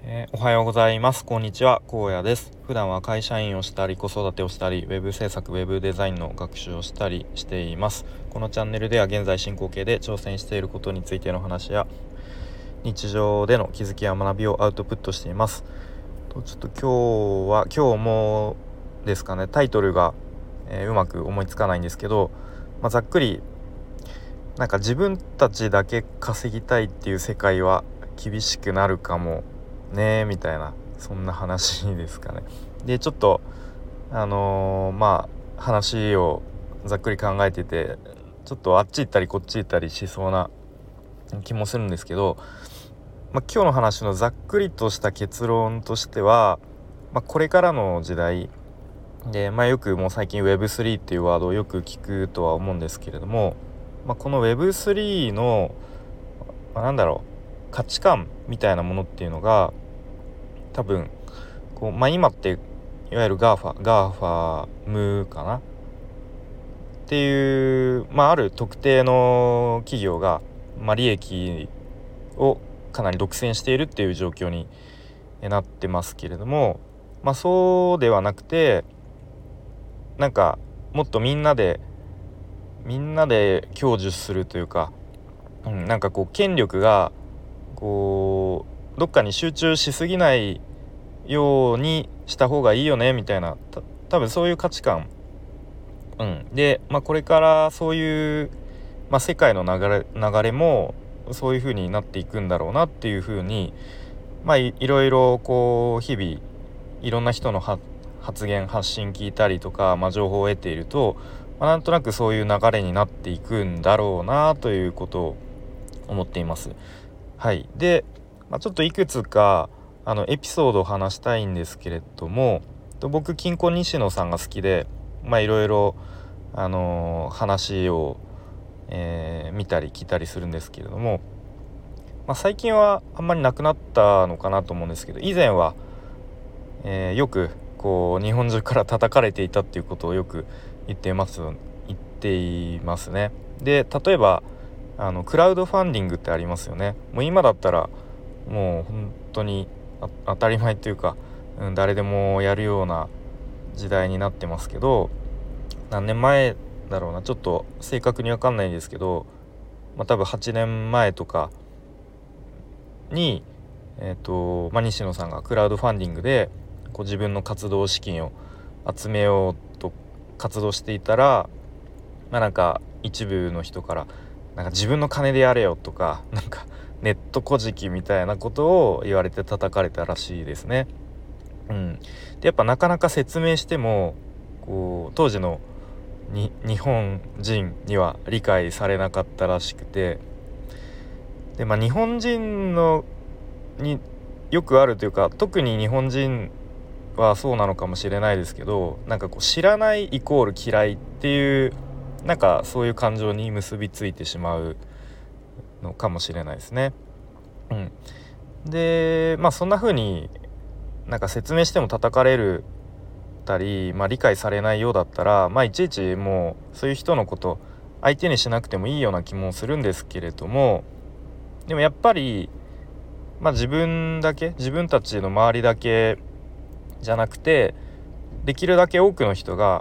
おはようございます。こんにちは、荒野です。普段は会社員をしたり子育てをしたりウェブ制作ウェブデザインの学習をしたりしています。このチャンネルでは現在進行形で挑戦していることについての話や日常での気づきや学びをアウトプットしています。ちょっと今日もですかね、タイトルが、うまく思いつかないんですけど、ざっくり自分たちだけ稼ぎたいっていう世界は厳しくなるかもねみたいな、そんな話ですかね。でちょっと話をざっくり考えてて、ちょっとあっち行ったりこっち行ったりしそうな気もするんですけど、今日の話のざっくりとした結論としては、これからの時代で、よくもう最近 Web3 っていうワードをよく聞くとは思うんですけれども、この Web3 の、価値観みたいなものっていうのが多分今っていわゆる GAFA かなっていう、ある特定の企業が、利益をかなり独占しているっていう状況になってますけれども、そうではなくて、もっとみんなで享受するというか、権力がどっかに集中しすぎないようにした方がいいよねみたいな、多分そういう価値観、で、これからそういう、世界の流れもそういう風になっていくんだろうなっていう風に、いろいろ日々いろんな人の発言発信聞いたりとか、情報を得ていると、なんとなくそういう流れになっていくんだろうなということを思っています。はい。で、ちょっといくつかエピソードを話したいんですけれども、僕金婚西野さんが好きで、いろいろ話を、見たり聞いたりするんですけれども、最近はあんまりなくなったのかなと思うんですけど、以前は、よく日本中から叩かれていたっていうことをよく言っていますね。で、例えばクラウドファンディングってありますよね。もう今だったらもう本当に当たり前というか、誰でもやるような時代になってますけど、何年前だろうな、ちょっと正確に分かんないんですけど、多分8年前とかに、西野さんがクラウドファンディングで自分の活動資金を集めようと活動していたら、一部の人から自分の金でやれよとか、ネット小じみたいなことを言われて叩かれたらしいですね。でやっぱなかなか説明しても当時の日本人には理解されなかったらしくて、で、日本人によくあるというか、特に日本人はそうなのかもしれないですけど、知らないイコール嫌いっていう、そういう感情に結びついてしまうのかもしれないですね。で、そんな風に説明しても叩かれるたり、理解されないようだったら、いちいちもうそういう人のこと相手にしなくてもいいような気もするんですけれども、でもやっぱり、自分たちの周りだけじゃなくて、できるだけ多くの人が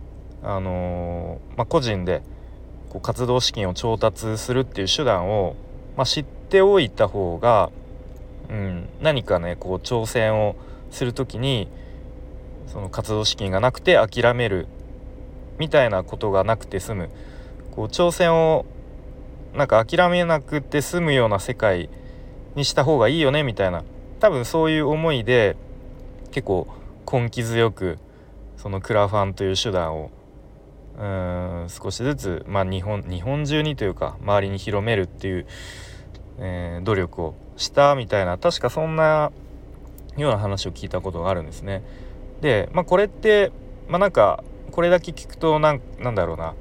個人で活動資金を調達するっていう手段を、知っておいた方が、何かね挑戦をするときに、その活動資金がなくて諦めるみたいなことがなくて済む、挑戦を諦めなくて済むような世界にした方がいいよねみたいな、多分そういう思いで結構根気強くそのクラファンという手段を少しずつ、日本中にというか周りに広めるっていう、努力をしたみたいな、確かそんなような話を聞いたことがあるんですね。で、これって、これだけ聞くとなんだろうな、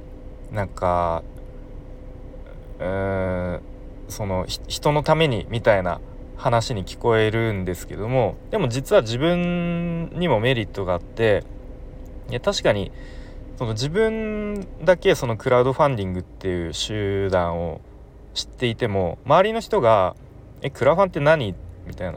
その人のためにみたいな話に聞こえるんですけども、でも実は自分にもメリットがあって、確かにその自分だけそのクラウドファンディングっていう手段を知っていても、周りの人がクラファンって何みたいな、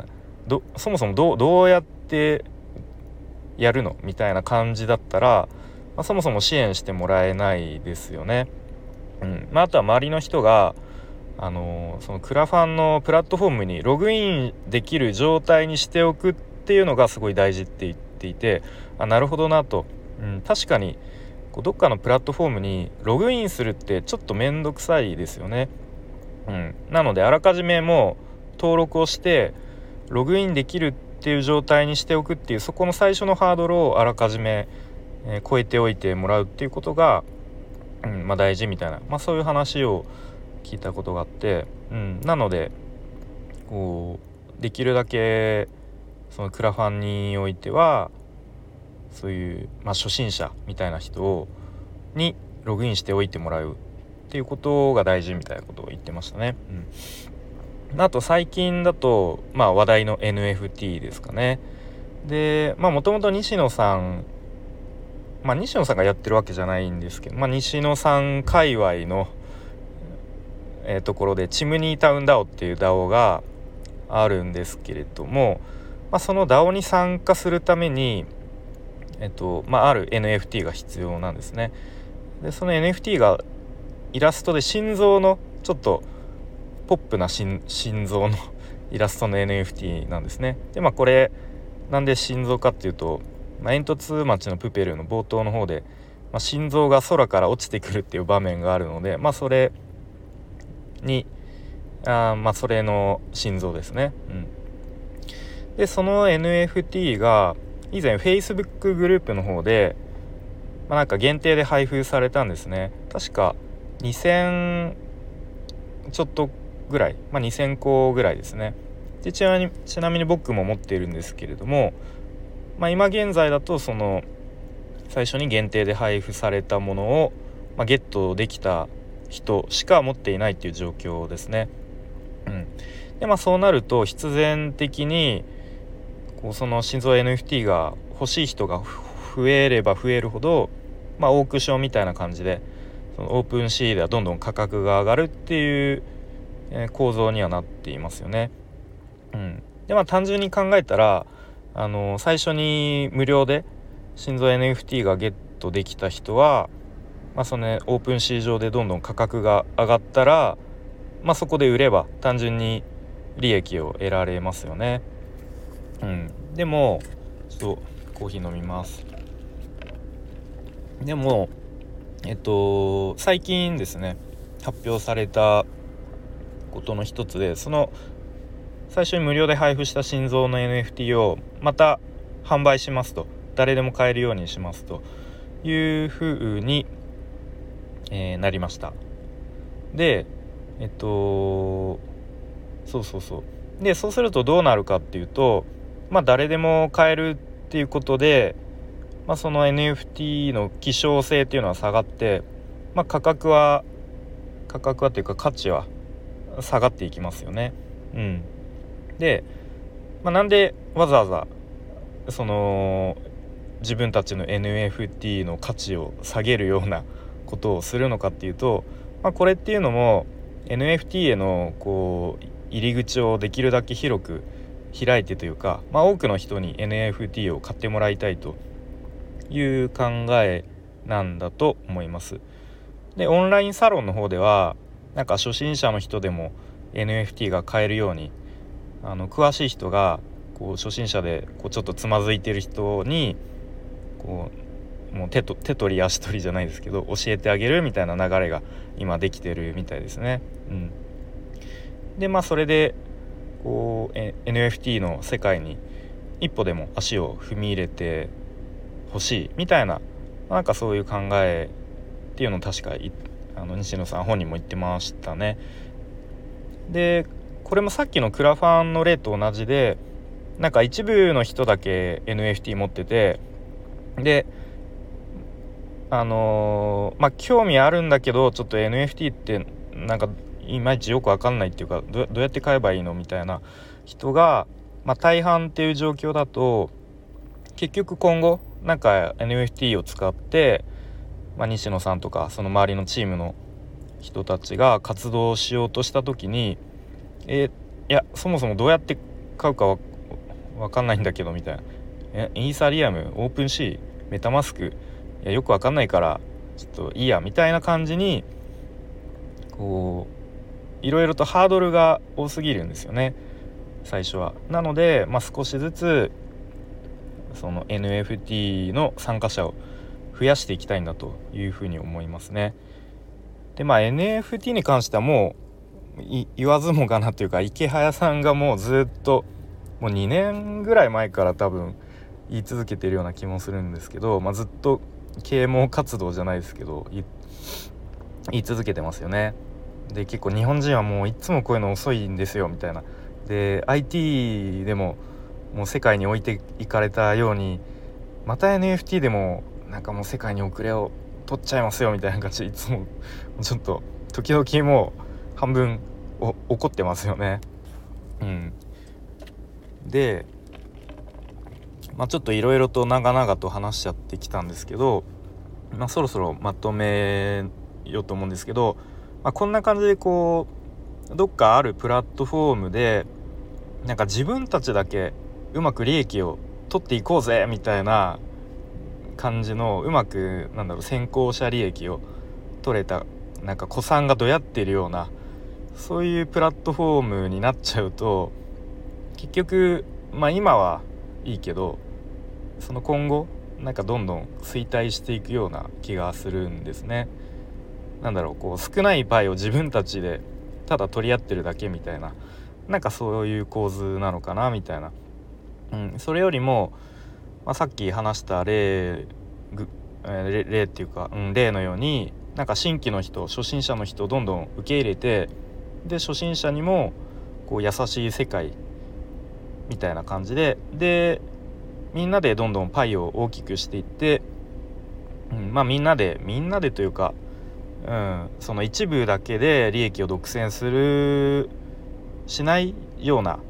そもそもどうやってやるのみたいな感じだったら、そもそも支援してもらえないですよね。あとは周りの人がそのクラファンのプラットフォームにログインできる状態にしておくっていうのがすごい大事って言っていて、なるほどなと、確かにどっかのプラットフォームにログインするってちょっとめんどくさいですよね。なのであらかじめもう登録をしてログインできるっていう状態にしておくっていう、そこの最初のハードルをあらかじめ、超えておいてもらうっていうことが、大事みたいな、そういう話を聞いたことがあって、なのでできるだけそのクラファンにおいてはそういう、初心者みたいな人にログインしておいてもらうっていうことが大事みたいなことを言ってましたね。あと最近だと、話題の NFT ですかね。でもともと西野さんがやってるわけじゃないんですけど、西野さん界隈の、ところでチムニータウン DAO っていう DAO があるんですけれども、その DAO に参加するために、ある NFT が必要なんですね。でその NFT がイラストで心臓のちょっとポップな心臓のイラストの NFT なんですね。でこれなんで心臓かっていうと、煙突町のプペルの冒頭の方で、心臓が空から落ちてくるっていう場面があるので、それにそれの心臓ですね。でその NFT が以前 Facebook グループの方で、なんか限定で配布されたんですね。確か2000ちょっとぐらい、2000個ぐらいですね。でちなみに僕も持っているんですけれども、今現在だとその最初に限定で配布されたものを、ゲットできた人しか持っていないっていう状況ですね。でそうなると必然的にその心臓 NFT が欲しい人が増えれば増えるほど、オークションみたいな感じでそのオープンシーではどんどん価格が上がるっていう、構造にはなっていますよね。で単純に考えたら最初に無料で心臓 NFT がゲットできた人は、その、オープンシー上でどんどん価格が上がったら、そこで売れば単純に利益を得られますよね。でもちょっとコーヒー飲みます。でも最近ですね発表されたことの一つで、その最初に無料で配布した心臓の NFT をまた販売しますと、誰でも買えるようにしますというふうに、なりました。ででそうするとどうなるかっていうと、誰でも買えるっていうことで、その NFT の希少性っていうのは下がって、価格はというか価値は下がっていきますよね。で、なんでわざわざその自分たちの NFT の価値を下げるようなことをするのかっていうと、これっていうのも NFT への入り口をできるだけ広く開いてというか、多くの人に NFT を買ってもらいたいという考えなんだと思います。でオンラインサロンの方ではなんか初心者の人でも NFT が買えるように詳しい人が初心者でちょっとつまずいてる人にもう手取り足取りじゃないですけど教えてあげるみたいな流れが今できてるみたいですね。でそれでNFT の世界に一歩でも足を踏み入れてほしいみたいな、なんかそういう考えっていうのを確か西野さん本人も言ってましたね。でこれもさっきのクラファンの例と同じで、なんか一部の人だけ NFT 持ってて、で興味あるんだけどちょっと NFT ってなんかいまいちよく分かんないっていうか、どうやって買えばいいのみたいな人が、大半っていう状況だと、結局今後なんか NFT を使って、西野さんとかその周りのチームの人たちが活動しようとした時にいやそもそもどうやって買うかわかんないんだけどみたいな、イーサリアム、オープンシー、メタマスク、いやよくわかんないからちょっといいやみたいな感じにこういろいろとハードルが多すぎるんですよね最初は。なので、少しずつその NFT の参加者を増やしていきたいんだというふうに思いますね。でNFT に関してはもう言わずもがなというか、池早さんがもうずっともう2年ぐらい前から多分言い続けているような気もするんですけど、ずっと啓蒙活動じゃないですけど言い続けてますよね。で結構日本人はもういつもこういうの遅いんですよみたいな。で IT でももう世界に置いていかれたように、また NFT でもなんかもう世界に遅れを取っちゃいますよみたいな感じでいつもちょっと時々もう半分怒ってますよね。でちょっといろいろと長々と話しちゃってきたんですけど、そろそろまとめようと思うんですけど、こんな感じでこうどっかあるプラットフォームでなんか自分たちだけうまく利益を取っていこうぜみたいな感じの、うまく先行者利益を取れたなんか古参がどやっているような、そういうプラットフォームになっちゃうと結局今はいいけど、その今後なんかどんどん衰退していくような気がするんですね。こう少ないパイを自分たちでただ取り合ってるだけみたいな、なんかそういう構図なのかなみたいな。それよりも、さっき話した例っていうか、例のようになんか新規の人、初心者の人をどんどん受け入れて、で初心者にもこう優しい世界みたいな感じでみんなでどんどんパイを大きくしていって、みんなでというか、その一部だけで利益を独占しないような、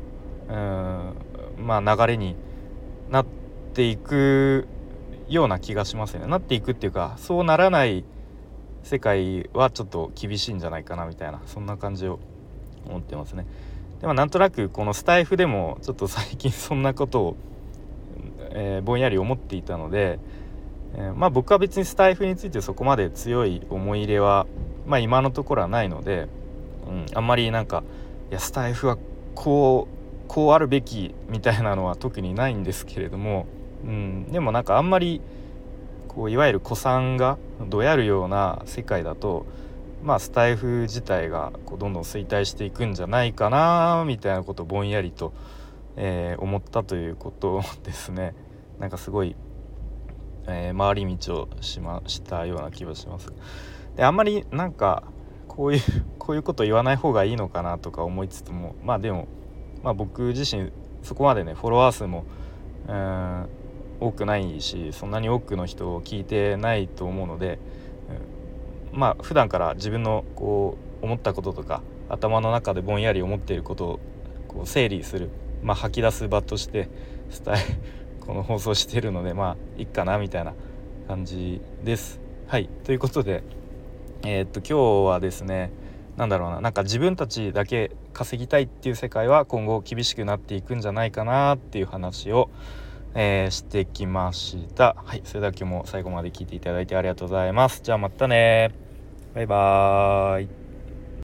流れになっていくような気がしますよね。なっていくっていうか、そうならない世界はちょっと厳しいんじゃないかなみたいな、そんな感じを思ってますね。でもなんとなくこのスタイフでもちょっと最近そんなことを、ぼんやり思っていたので、僕は別にスタイフについてそこまで強い思い入れは、今のところはないので、あんまりなんかいやスタイフはこうあるべきみたいなのは特にないんですけれども、でもなんかあんまりこういわゆる古参がどやるような世界だと、スタイフ自体がこうどんどん衰退していくんじゃないかなみたいなことをぼんやりと、思ったということですね。なんかすごい、回り道をしたような気がします。であんまりなんかこういうこと言わない方がいいのかなとか思いつつも、でも、僕自身そこまでねフォロワー数も多くないし、そんなに多くの人を聞いてないと思うので、普段から自分のこう思ったこととか頭の中でぼんやり思っていることをこう整理する、吐き出す場としてこの放送しているので、いいかなみたいな感じです。はい、ということで今日はですね、なんか自分たちだけ稼ぎたいっていう世界は今後厳しくなっていくんじゃないかなっていう話を、してきました。はい、それでは今日も最後まで聞いていただいてありがとうございます。じゃあまたね、バイバーイ。